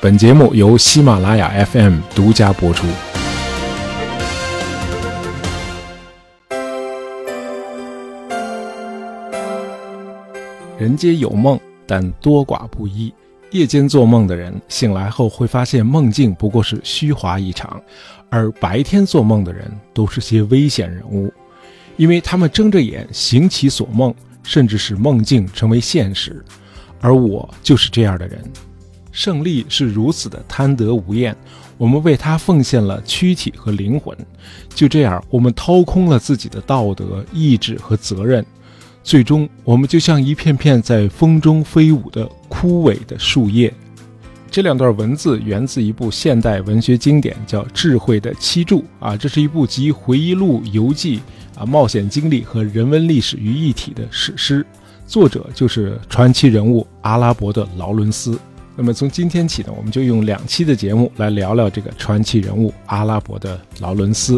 本节目由喜马拉雅 FM 独家播出。人皆有梦，但多寡不一。夜间做梦的人醒来后会发现梦境不过是虚华一场，而白天做梦的人都是些危险人物，因为他们睁着眼行其所梦，甚至使梦境成为现实。而我就是这样的人。胜利是如此的贪得无厌，我们为它奉献了躯体和灵魂，就这样我们掏空了自己的道德、意志和责任，最终我们就像一片片在风中飞舞的枯萎的树叶。这两段文字源自一部现代文学经典，叫《智慧的七柱》这是一部集回忆录、游记冒险经历和人文历史于一体的史诗，作者就是传奇人物阿拉伯的劳伦斯。那么从今天起呢，我们就用2期的节目来聊聊这个传奇人物阿拉伯的劳伦斯。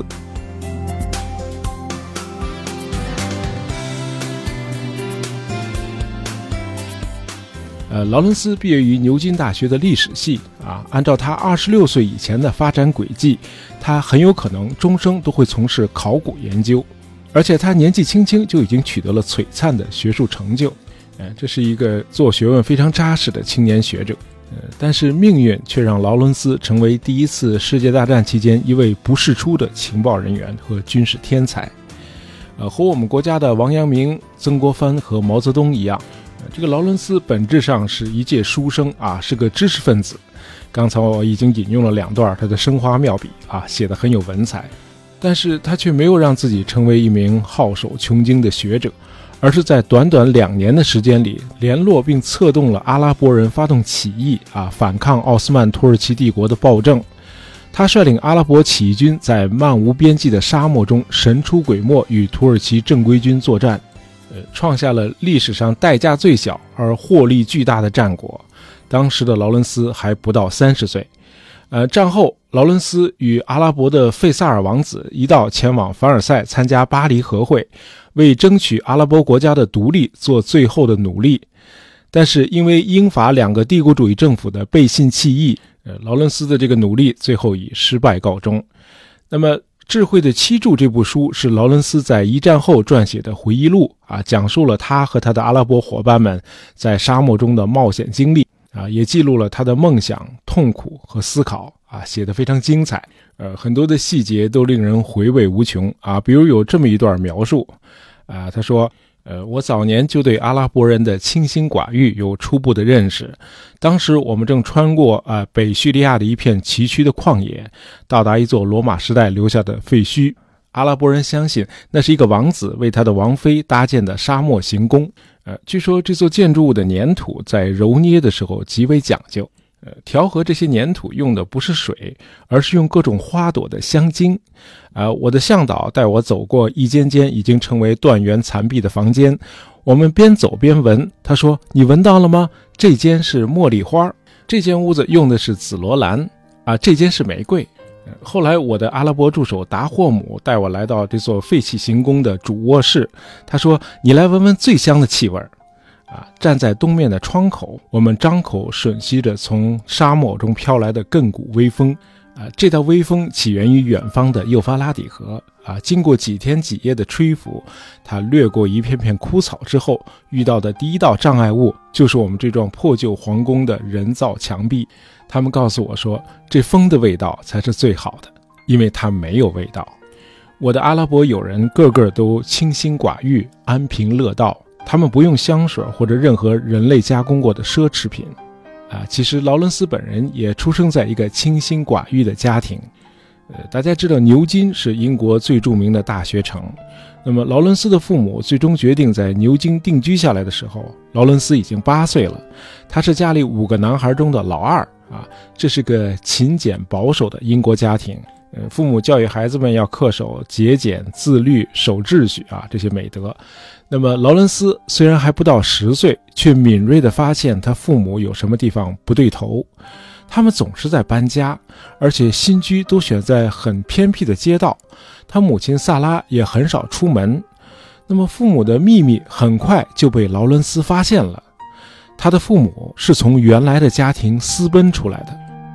劳伦斯毕业于牛津大学的历史系按照他26岁以前的发展轨迹，他很有可能终生都会从事考古研究，而且他年纪轻轻就已经取得了璀璨的学术成就。这是一个做学问非常扎实的青年学者。但是命运却让劳伦斯成为第一次世界大战期间一位不世出的情报人员和军事天才。和我们国家的王阳明、曾国藩和毛泽东一样，这个劳伦斯本质上是一介书生是个知识分子。刚才我已经引用了2段他的生花妙笔写得很有文采，但是他却没有让自己成为一名好手穷经的学者，而是在短短2年的时间里联络并策动了阿拉伯人发动起义反抗奥斯曼土耳其帝国的暴政。他率领阿拉伯起义军在漫无边际的沙漠中神出鬼没，与土耳其正规军作战，创下了历史上代价最小而获利巨大的战果。当时的劳伦斯还不到30岁。战后劳伦斯与阿拉伯的费萨尔王子一道前往凡尔赛参加巴黎和会，为争取阿拉伯国家的独立做最后的努力。但是因为英法2个帝国主义政府的背信弃义，劳伦斯的这个努力最后以失败告终。那么《智慧的七柱》这部书是劳伦斯在一战后撰写的回忆录讲述了他和他的阿拉伯伙伴们在沙漠中的冒险经历也记录了他的梦想、痛苦和思考写得非常精彩。很多的细节都令人回味无穷比如有这么一段描述他说我早年就对阿拉伯人的清心寡欲有初步的认识。当时我们正穿过北叙利亚的一片崎岖的旷野，到达一座罗马时代留下的废墟。阿拉伯人相信那是一个王子为他的王妃搭建的沙漠行宫。据说这座建筑物的粘土在揉捏的时候极为讲究。调和这些粘土用的不是水，而是用各种花朵的香精。我的向导带我走过一间间已经成为断垣残壁的房间，我们边走边闻。他说：“你闻到了吗？这间是茉莉花，这间屋子用的是紫罗兰这间是玫瑰。”后来我的阿拉伯助手达霍姆带我来到这座废弃行宫的主卧室，他说：“你来闻闻最香的气味。”站在东面的窗口，我们张口吮吸着从沙漠中飘来的亘古微风。这道微风起源于远方的幼发拉底河经过几天几夜的吹拂，它掠过一片片枯草之后，遇到的第一道障碍物就是我们这幢破旧皇宫的人造墙壁。他们告诉我说，这风的味道才是最好的，因为它没有味道。我的阿拉伯友人个个都清心寡欲，安贫乐道，他们不用香水或者任何人类加工过的奢侈品其实劳伦斯本人也出生在一个清心寡欲的家庭。大家知道牛津是英国最著名的大学城，那么劳伦斯的父母最终决定在牛津定居下来的时候，劳伦斯已经8岁了。他是家里5个男孩中的老二这是个勤俭保守的英国家庭。父母教育孩子们要恪守节俭、自律、守秩序这些美德。那么劳伦斯虽然还不到10岁，却敏锐地发现他父母有什么地方不对头。他们总是在搬家，而且新居都选在很偏僻的街道。他母亲萨拉也很少出门。那么父母的秘密很快就被劳伦斯发现了。他的父母是从原来的家庭私奔出来的，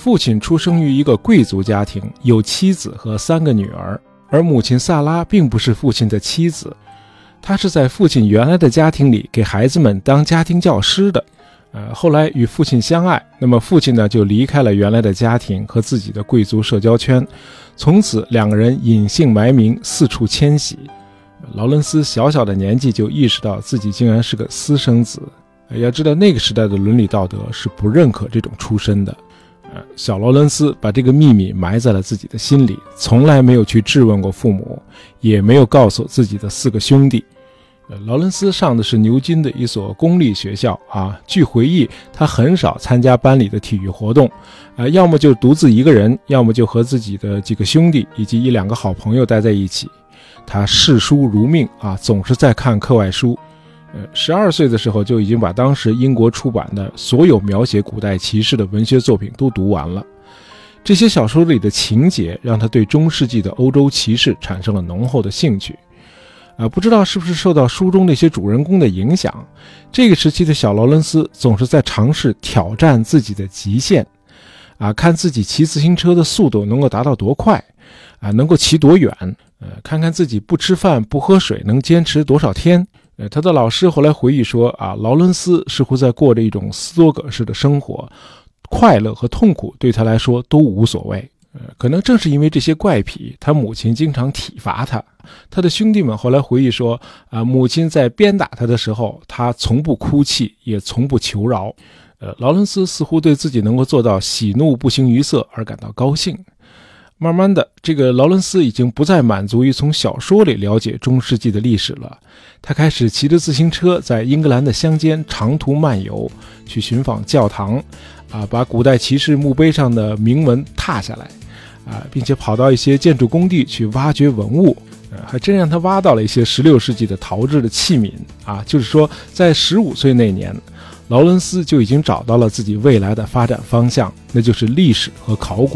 父亲出生于一个贵族家庭，有妻子和3个女儿，而母亲萨拉并不是父亲的妻子，她是在父亲原来的家庭里给孩子们当家庭教师的。后来与父亲相爱，那么父亲呢就离开了原来的家庭和自己的贵族社交圈，从此2个人隐姓埋名，四处迁徙。劳伦斯小小的年纪就意识到自己竟然是个私生子。要知道那个时代的伦理道德是不认可这种出身的。小劳伦斯把这个秘密埋在了自己的心里，从来没有去质问过父母，也没有告诉自己的4个兄弟。劳伦斯上的是牛津的一所公立学校啊。据回忆，他很少参加班里的体育活动，要么就独自一个人，要么就和自己的几个兄弟以及1-2个好朋友待在一起。他视书如命啊，总是在看课外书。12岁的时候就已经把当时英国出版的所有描写古代骑士的文学作品都读完了。这些小说里的情节让他对中世纪的欧洲骑士产生了浓厚的兴趣。不知道是不是受到书中那些主人公的影响，这个时期的小劳伦斯总是在尝试挑战自己的极限，看自己骑自行车的速度能够达到多快，能够骑多远，看看自己不吃饭不喝水能坚持多少天。他的老师后来回忆说，劳伦斯似乎在过着一种斯多葛式的生活，快乐和痛苦对他来说都无所谓。可能正是因为这些怪癖，他母亲经常体罚他。他的兄弟们后来回忆说，母亲在鞭打他的时候，他从不哭泣，也从不求饶。劳伦斯似乎对自己能够做到喜怒不形于色而感到高兴。慢慢的，这个劳伦斯已经不再满足于从小说里了解中世纪的历史了，他开始骑着自行车在英格兰的乡间长途漫游，去寻访教堂，把古代骑士墓碑上的铭文踏下来，并且跑到一些建筑工地去挖掘文物，还真让他挖到了一些16世纪的陶制的器皿就是说在15岁那年，劳伦斯就已经找到了自己未来的发展方向，那就是历史和考古。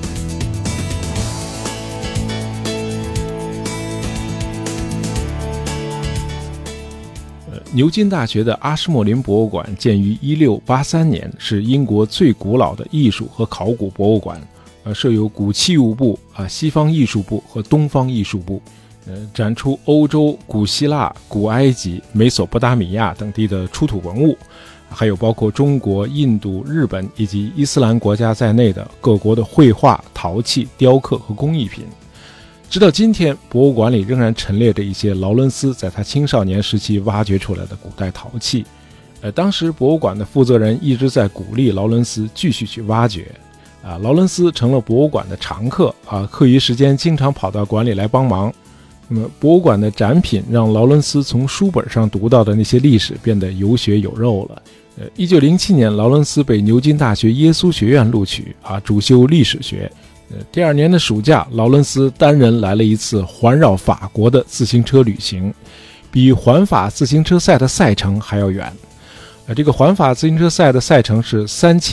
牛津大学的阿什莫林博物馆建于1683年，是英国最古老的艺术和考古博物馆，设有古器物部、西方艺术部和东方艺术部，展出欧洲、古希腊、古埃及、美索不达米亚等地的出土文物，还有包括中国、印度、日本以及伊斯兰国家在内的各国的绘画、陶器、雕刻和工艺品。直到今天，博物馆里仍然陈列着一些劳伦斯在他青少年时期挖掘出来的古代陶器。当时博物馆的负责人一直在鼓励劳伦斯继续去挖掘。劳伦斯成了博物馆的常客，课余时间经常跑到馆里来帮忙。那么博物馆的展品让劳伦斯从书本上读到的那些历史变得有血有肉了。1907年，劳伦斯被牛津大学耶稣学院录取，主修历史学。第2年的暑假，劳伦斯单人来了一次环绕法国的自行车旅行，比环法自行车赛的赛程还要远。这个环法自行车赛的赛程是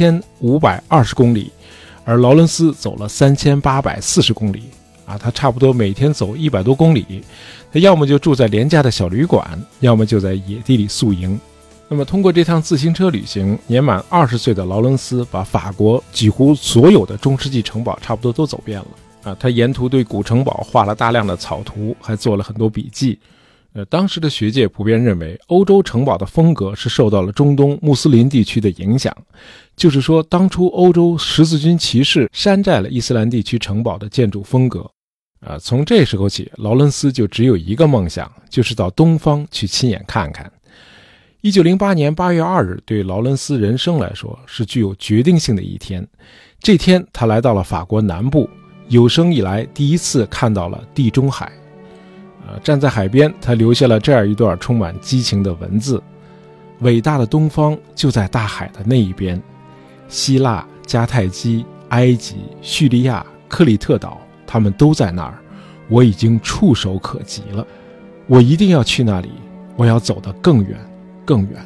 3520公里，而劳伦斯走了3840公里他差不多每天走100多公里。他要么就住在廉价的小旅馆，要么就在野地里宿营。那么通过这趟自行车旅行，年满20岁的劳伦斯把法国几乎所有的中世纪城堡差不多都走遍了他沿途对古城堡画了大量的草图，还做了很多笔记。当时的学界普遍认为，欧洲城堡的风格是受到了中东穆斯林地区的影响，就是说当初欧洲十字军骑士山寨了伊斯兰地区城堡的建筑风格。从这时候起，劳伦斯就只有一个梦想，就是到东方去亲眼看看。1908年8月2日对劳伦斯人生来说是具有决定性的一天。这天他来到了法国南部，有生以来第一次看到了地中海。站在海边，他留下了这样一段充满激情的文字：伟大的东方就在大海的那一边，希腊、迦太基、埃及、叙利亚、克里特岛，他们都在那儿，我已经触手可及了。我一定要去那里，我要走得更远更远。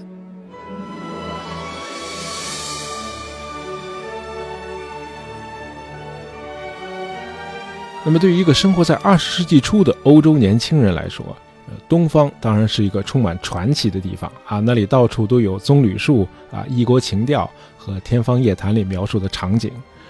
那么对于一个生活在20世纪初的欧洲年轻人来说，东方当然是一个充满传奇的地方那里到处都有棕榈树异国情调和天方夜谭里描述的场景。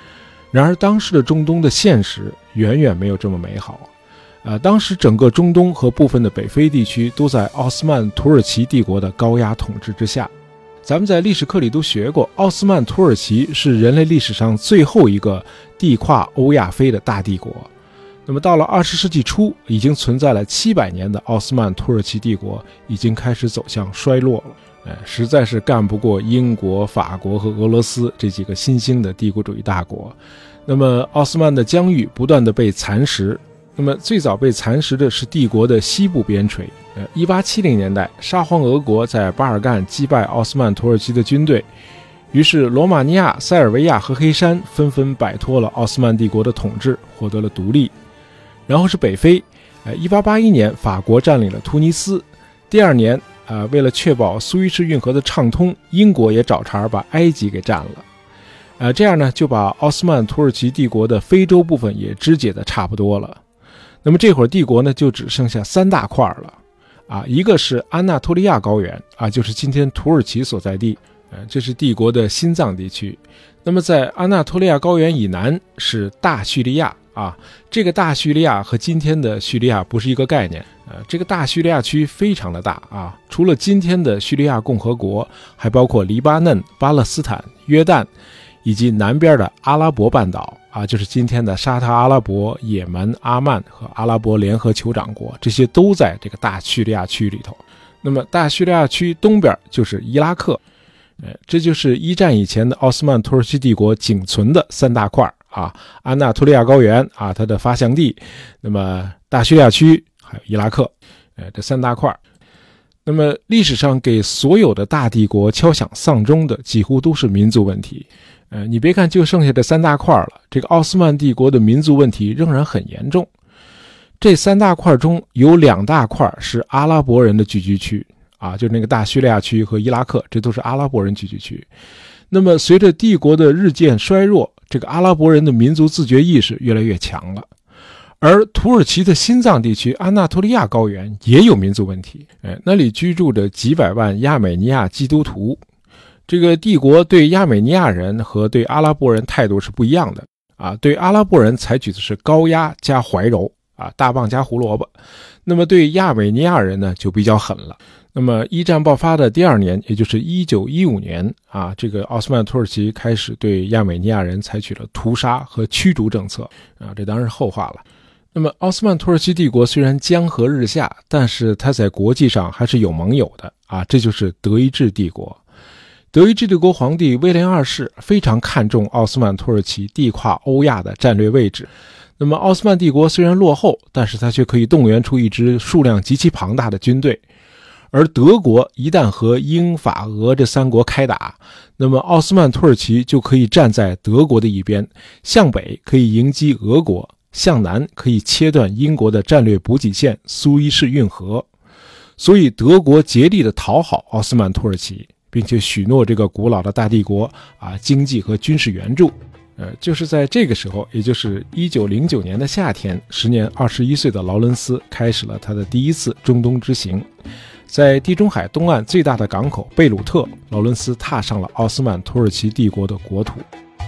然而当时的中东的现实远远没有这么美好。当时整个中东和部分的北非地区都在奥斯曼土耳其帝国的高压统治之下。咱们在历史课里都学过，奥斯曼土耳其是人类历史上最后一个地跨欧亚非的大帝国。那么到了20世纪初，已经存在了700年的奥斯曼土耳其帝国已经开始走向衰落了。实在是干不过英国、法国和俄罗斯这几个新兴的帝国主义大国。那么奥斯曼的疆域不断的被蚕食。那么最早被蚕食的是帝国的西部边陲。1870年代，沙皇俄国在巴尔干击败奥斯曼土耳其的军队，于是罗马尼亚、塞尔维亚和黑山纷纷摆脱了奥斯曼帝国的统治，获得了独立。然后是北非，1881年法国占领了突尼斯。第二年为了确保苏伊士运河的畅通，英国也找茬把埃及给占了。这样呢，就把奥斯曼土耳其帝国的非洲部分也肢解的差不多了。那么这会儿帝国呢就只剩下3大块了一个是安纳托利亚高原就是今天土耳其所在地，这是帝国的心脏地区。那么在安纳托利亚高原以南是大叙利亚这个大叙利亚和今天的叙利亚不是一个概念。这个大叙利亚区非常的大除了今天的叙利亚共和国，还包括黎巴嫩、巴勒斯坦、约旦以及南边的阿拉伯半岛就是今天的沙特阿拉伯、也门、阿曼和阿拉伯联合酋长国，这些都在这个大叙利亚区里头。那么大叙利亚区东边就是伊拉克，这就是一战以前的奥斯曼土耳其帝国仅存的3大块安纳托利亚高原它的发祥地，那么大叙利亚区还有伊拉克，这3大块。那么历史上给所有的大帝国敲响丧钟的几乎都是民族问题。你别看就剩下这3大块了，这个奥斯曼帝国的民族问题仍然很严重。这3大块中有2大块是阿拉伯人的聚居区就是那个大叙利亚区和伊拉克，这都是阿拉伯人聚居区。那么随着帝国的日渐衰弱，这个阿拉伯人的民族自觉意识越来越强了。而土耳其的心脏地区安纳托利亚高原也有民族问题，那里居住着几百万亚美尼亚基督徒。这个帝国对亚美尼亚人和对阿拉伯人态度是不一样的对阿拉伯人采取的是高压加怀柔大棒加胡萝卜。那么对亚美尼亚人呢就比较狠了。那么一战爆发的第2年，也就是1915年这个奥斯曼土耳其开始对亚美尼亚人采取了屠杀和驱逐政策这当然是后话了。那么奥斯曼土耳其帝国虽然江河日下，但是它在国际上还是有盟友的这就是德意志帝国。德意志帝国皇帝威廉2世非常看重奥斯曼土耳其地跨欧亚的战略位置。那么奥斯曼帝国虽然落后，但是它却可以动员出一支数量极其庞大的军队。而德国一旦和英、法、俄这3国开打，那么奥斯曼土耳其就可以站在德国的一边，向北可以迎击俄国，向南可以切断英国的战略补给线苏伊士运河。所以德国竭力的讨好奥斯曼土耳其，并且许诺这个古老的大帝国经济和军事援助。就是在这个时候，也就是1909年的夏天，时年21岁的劳伦斯开始了他的第1次中东之行。在地中海东岸最大的港口贝鲁特，劳伦斯踏上了奥斯曼土耳其帝国的国土。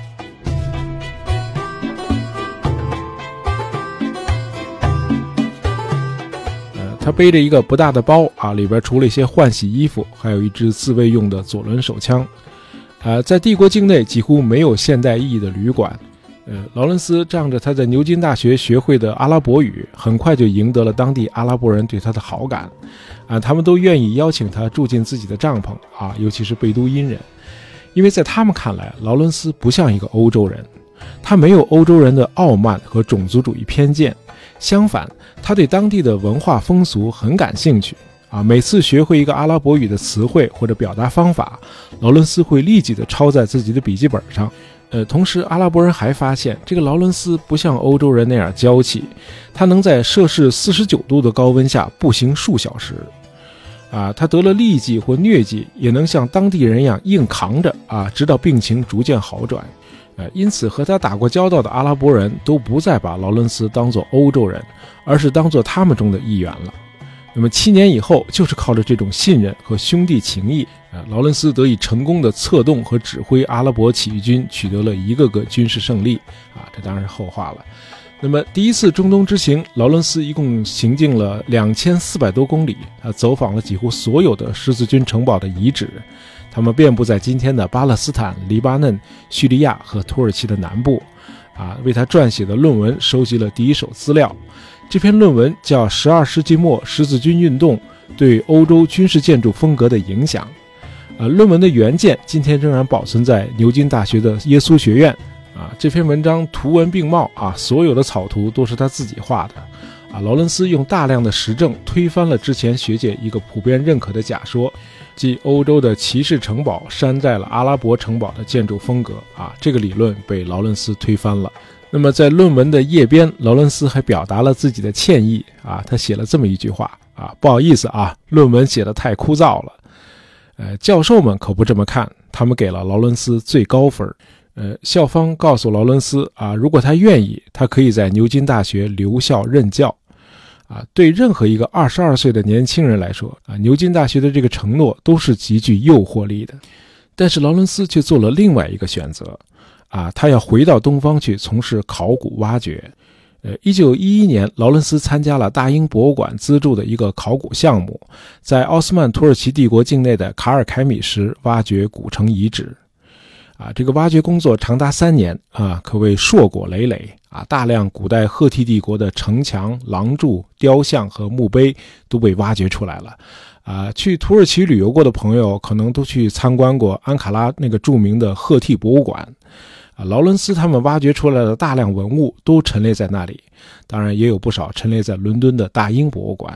他背着一个不大的包里边除了一些换洗衣服，还有一支自卫用的左轮手枪。在帝国境内几乎没有现代意义的旅馆。劳伦斯仗着他在牛津大学学会的阿拉伯语，很快就赢得了当地阿拉伯人对他的好感。他们都愿意邀请他住进自己的帐篷尤其是贝都因人，因为在他们看来，劳伦斯不像一个欧洲人，他没有欧洲人的傲慢和种族主义偏见，相反，他对当地的文化风俗很感兴趣每次学会一个阿拉伯语的词汇或者表达方法，劳伦斯会立即的抄在自己的笔记本上。同时阿拉伯人还发现，这个劳伦斯不像欧洲人那样娇气，他能在摄氏49度的高温下步行数小时他得了痢疾或疟疾也能像当地人一样硬扛着直到病情逐渐好转。因此和他打过交道的阿拉伯人都不再把劳伦斯当作欧洲人，而是当作他们中的一员了。 那么7年以后，就是靠着这种信任和兄弟情谊劳伦斯得以成功的策动和指挥阿拉伯起义军，取得了一个个军事胜利这当然是后话了。那么第一次中东之行，劳伦斯一共行进了2400多公里，走访了几乎所有的十字军城堡的遗址，他们遍布在今天的巴勒斯坦、黎巴嫩、叙利亚和土耳其的南部为他撰写的论文收集了第一手资料。这篇论文叫《12世纪末十字军运动对欧洲军事建筑风格的影响》。论文的原件今天仍然保存在牛津大学的耶稣学院这篇文章图文并茂所有的草图都是他自己画的劳伦斯用大量的实证推翻了之前学界一个普遍认可的假说，即欧洲的骑士城堡山寨了阿拉伯城堡的建筑风格这个理论被劳伦斯推翻了。那么在论文的页边，劳伦斯还表达了自己的歉意他写了这么一句话不好意思论文写得太枯燥了。教授们可不这么看，他们给了劳伦斯最高分。校方告诉劳伦斯如果他愿意，他可以在牛津大学留校任教对任何一个22岁的年轻人来说牛津大学的这个承诺都是极具诱惑力的。但是劳伦斯却做了另外一个选择他要回到东方去从事考古挖掘。1911年，劳伦斯参加了大英博物馆资助的一个考古项目，在奥斯曼土耳其帝国境内的卡尔凯米什挖掘古城遗址。这个挖掘工作长达3年可谓硕果累累大量古代赫梯帝国的城墙、廊柱、雕像和墓碑都被挖掘出来了。去土耳其旅游过的朋友可能都去参观过安卡拉那个著名的赫梯博物馆。劳伦斯他们挖掘出来的大量文物都陈列在那里，当然也有不少陈列在伦敦的大英博物馆。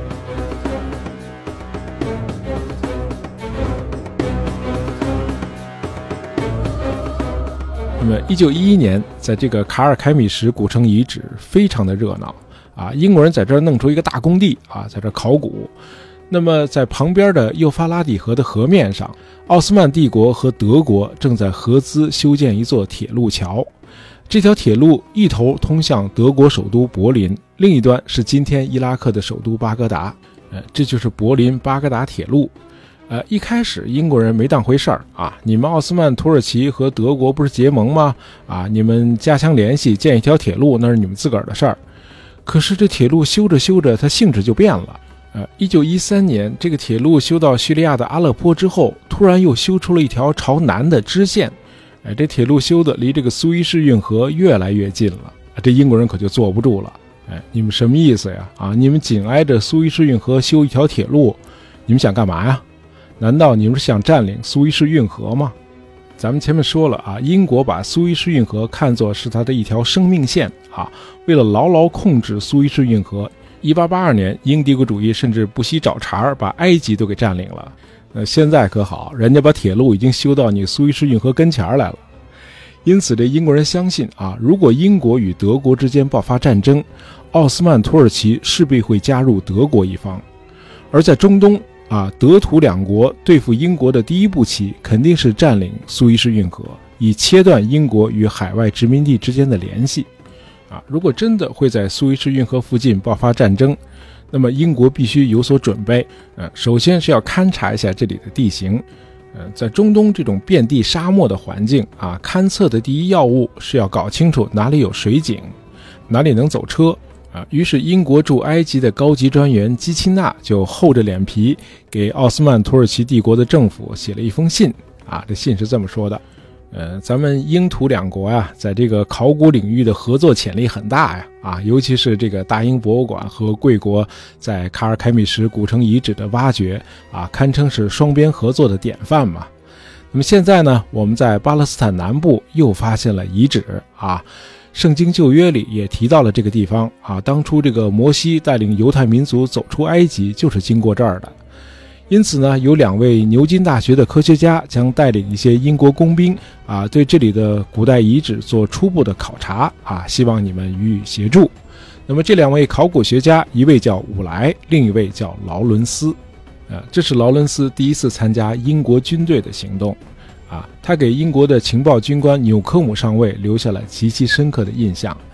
那么1911年，在这个卡尔凯米什古城遗址非常的热闹英国人在这儿弄出一个大工地在这儿考古。那么在旁边的幼发拉底河的河面上，奥斯曼帝国和德国正在合资修建一座铁路桥。这条铁路一头通向德国首都柏林，另一端是今天伊拉克的首都巴格达。这就是柏林巴格达铁路。一开始英国人没当回事儿你们奥斯曼土耳其和德国不是结盟吗？你们加强联系建一条铁路，那是你们自个儿的事儿。可是这铁路修着修着，它性质就变了。1913年，这个铁路修到叙利亚的阿勒颇之后，突然又修出了一条朝南的支线。这铁路修的离这个苏伊士运河越来越近了。这英国人可就坐不住了。你们什么意思呀？你们紧挨着苏伊士运河修一条铁路，你们想干嘛呀？难道你们是想占领苏伊士运河吗？咱们前面说了英国把苏伊士运河看作是它的一条生命线为了牢牢控制苏伊士运河，1882年英帝国主义甚至不惜找茬把埃及都给占领了。现在可好，人家把铁路已经修到你苏伊士运河跟前来了。因此这英国人相信如果英国与德国之间爆发战争，奥斯曼土耳其势必会加入德国一方。而在中东德土两国对付英国的第一步棋肯定是占领苏伊士运河，以切断英国与海外殖民地之间的联系。如果真的会在苏伊士运河附近爆发战争，那么英国必须有所准备。首先是要勘察一下这里的地形。在中东这种遍地沙漠的环境勘测的第一要务是要搞清楚哪里有水井，哪里能走车。于是英国驻埃及的高级专员基钦纳就厚着脸皮给奥斯曼土耳其帝国的政府写了一封信这信是这么说的：咱们英土两国在这个考古领域的合作潜力很大尤其是这个大英博物馆和贵国在卡尔凯米什古城遗址的挖掘堪称是双边合作的典范嘛。那么现在呢，我们在巴勒斯坦南部又发现了遗址圣经旧约里也提到了这个地方当初这个摩西带领犹太民族走出埃及就是经过这儿的。因此呢，有2位牛津大学的科学家将带领一些英国工兵对这里的古代遗址做初步的考察希望你们予以协助。那么这2位考古学家，一位叫伍莱，另一位叫劳伦斯。这是劳伦斯第一次参加英国军队的行动他给英国的情报军官纽科姆上尉留下了极其深刻的印象。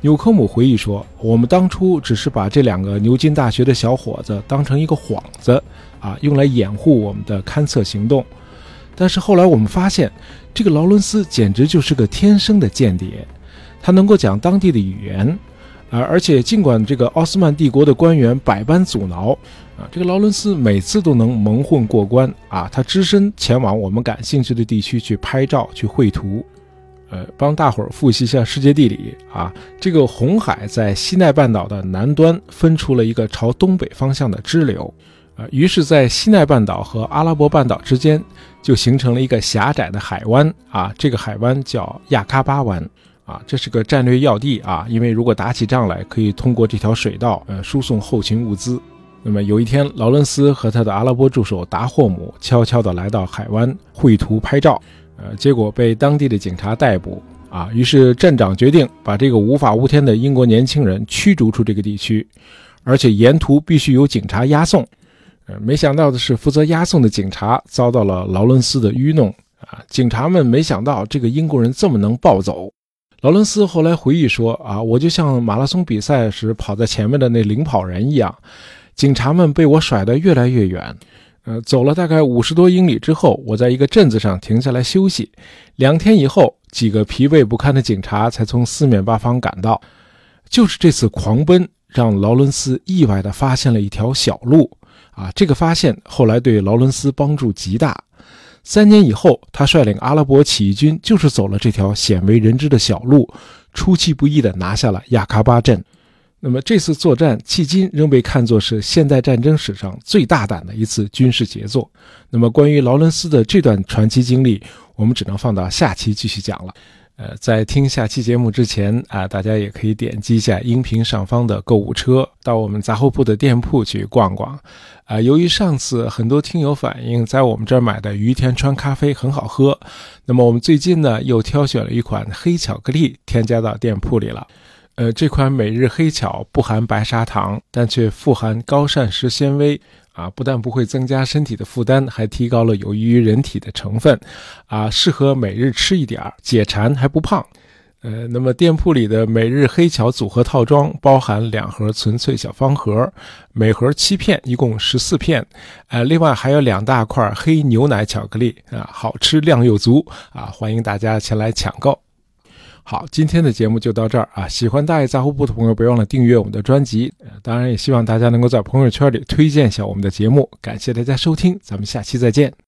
纽科姆回忆说，我们当初只是把这2个牛津大学的小伙子当成一个幌子用来掩护我们的勘测行动。但是后来我们发现，这个劳伦斯简直就是个天生的间谍，他能够讲当地的语言，而且尽管这个奥斯曼帝国的官员百般阻挠这个劳伦斯每次都能蒙混过关他只身前往我们感兴趣的地区去拍照去绘图。帮大伙儿复习一下世界地理这个红海在西奈半岛的南端分出了一个朝东北方向的支流于是在西奈半岛和阿拉伯半岛之间就形成了一个狭窄的海湾这个海湾叫亚喀巴湾这是个战略要地因为如果打起仗来可以通过这条水道输送后勤物资。那么有一天，劳伦斯和他的阿拉伯助手达霍姆悄悄地来到海湾绘图拍照结果被当地的警察逮捕于是镇长决定把这个无法无天的英国年轻人驱逐出这个地区，而且沿途必须有警察押送。没想到的是，负责押送的警察遭到了劳伦斯的愚弄警察们没想到这个英国人这么能暴走。劳伦斯后来回忆说我就像马拉松比赛时跑在前面的那领跑人一样，警察们被我甩得越来越远走了大概50多英里之后，我在一个镇子上停下来休息。2天以后，几个疲惫不堪的警察才从四面八方赶到。就是这次狂奔让劳伦斯意外地发现了一条小路这个发现后来对劳伦斯帮助极大。3年以后，他率领阿拉伯起义军就是走了这条鲜为人知的小路，出其不意地拿下了亚喀巴镇。那么这次作战迄今仍被看作是现代战争史上最大胆的一次军事杰作。那么关于劳伦斯的这段传奇经历，我们只能放到下期继续讲了。在听下期节目之前大家也可以点击一下音频上方的购物车，到我们杂货铺的店铺去逛逛。由于上次很多听友反映在我们这儿买的于田川咖啡很好喝，那么我们最近呢又挑选了一款黑巧克力添加到店铺里了。这款每日黑巧不含白砂糖，但却富含高膳食纤维不但不会增加身体的负担，还提高了有益于人体的成分适合每日吃一点，解馋还不胖。那么店铺里的每日黑巧组合套装包含2盒纯粹小方盒，每盒7片，一共14片。另外还有2大块黑牛奶巧克力好吃量又足欢迎大家前来抢购。好，今天的节目就到这儿喜欢大爷杂货铺的朋友别忘了订阅我们的专辑当然也希望大家能够在朋友圈里推荐一下我们的节目。感谢大家收听，咱们下期再见。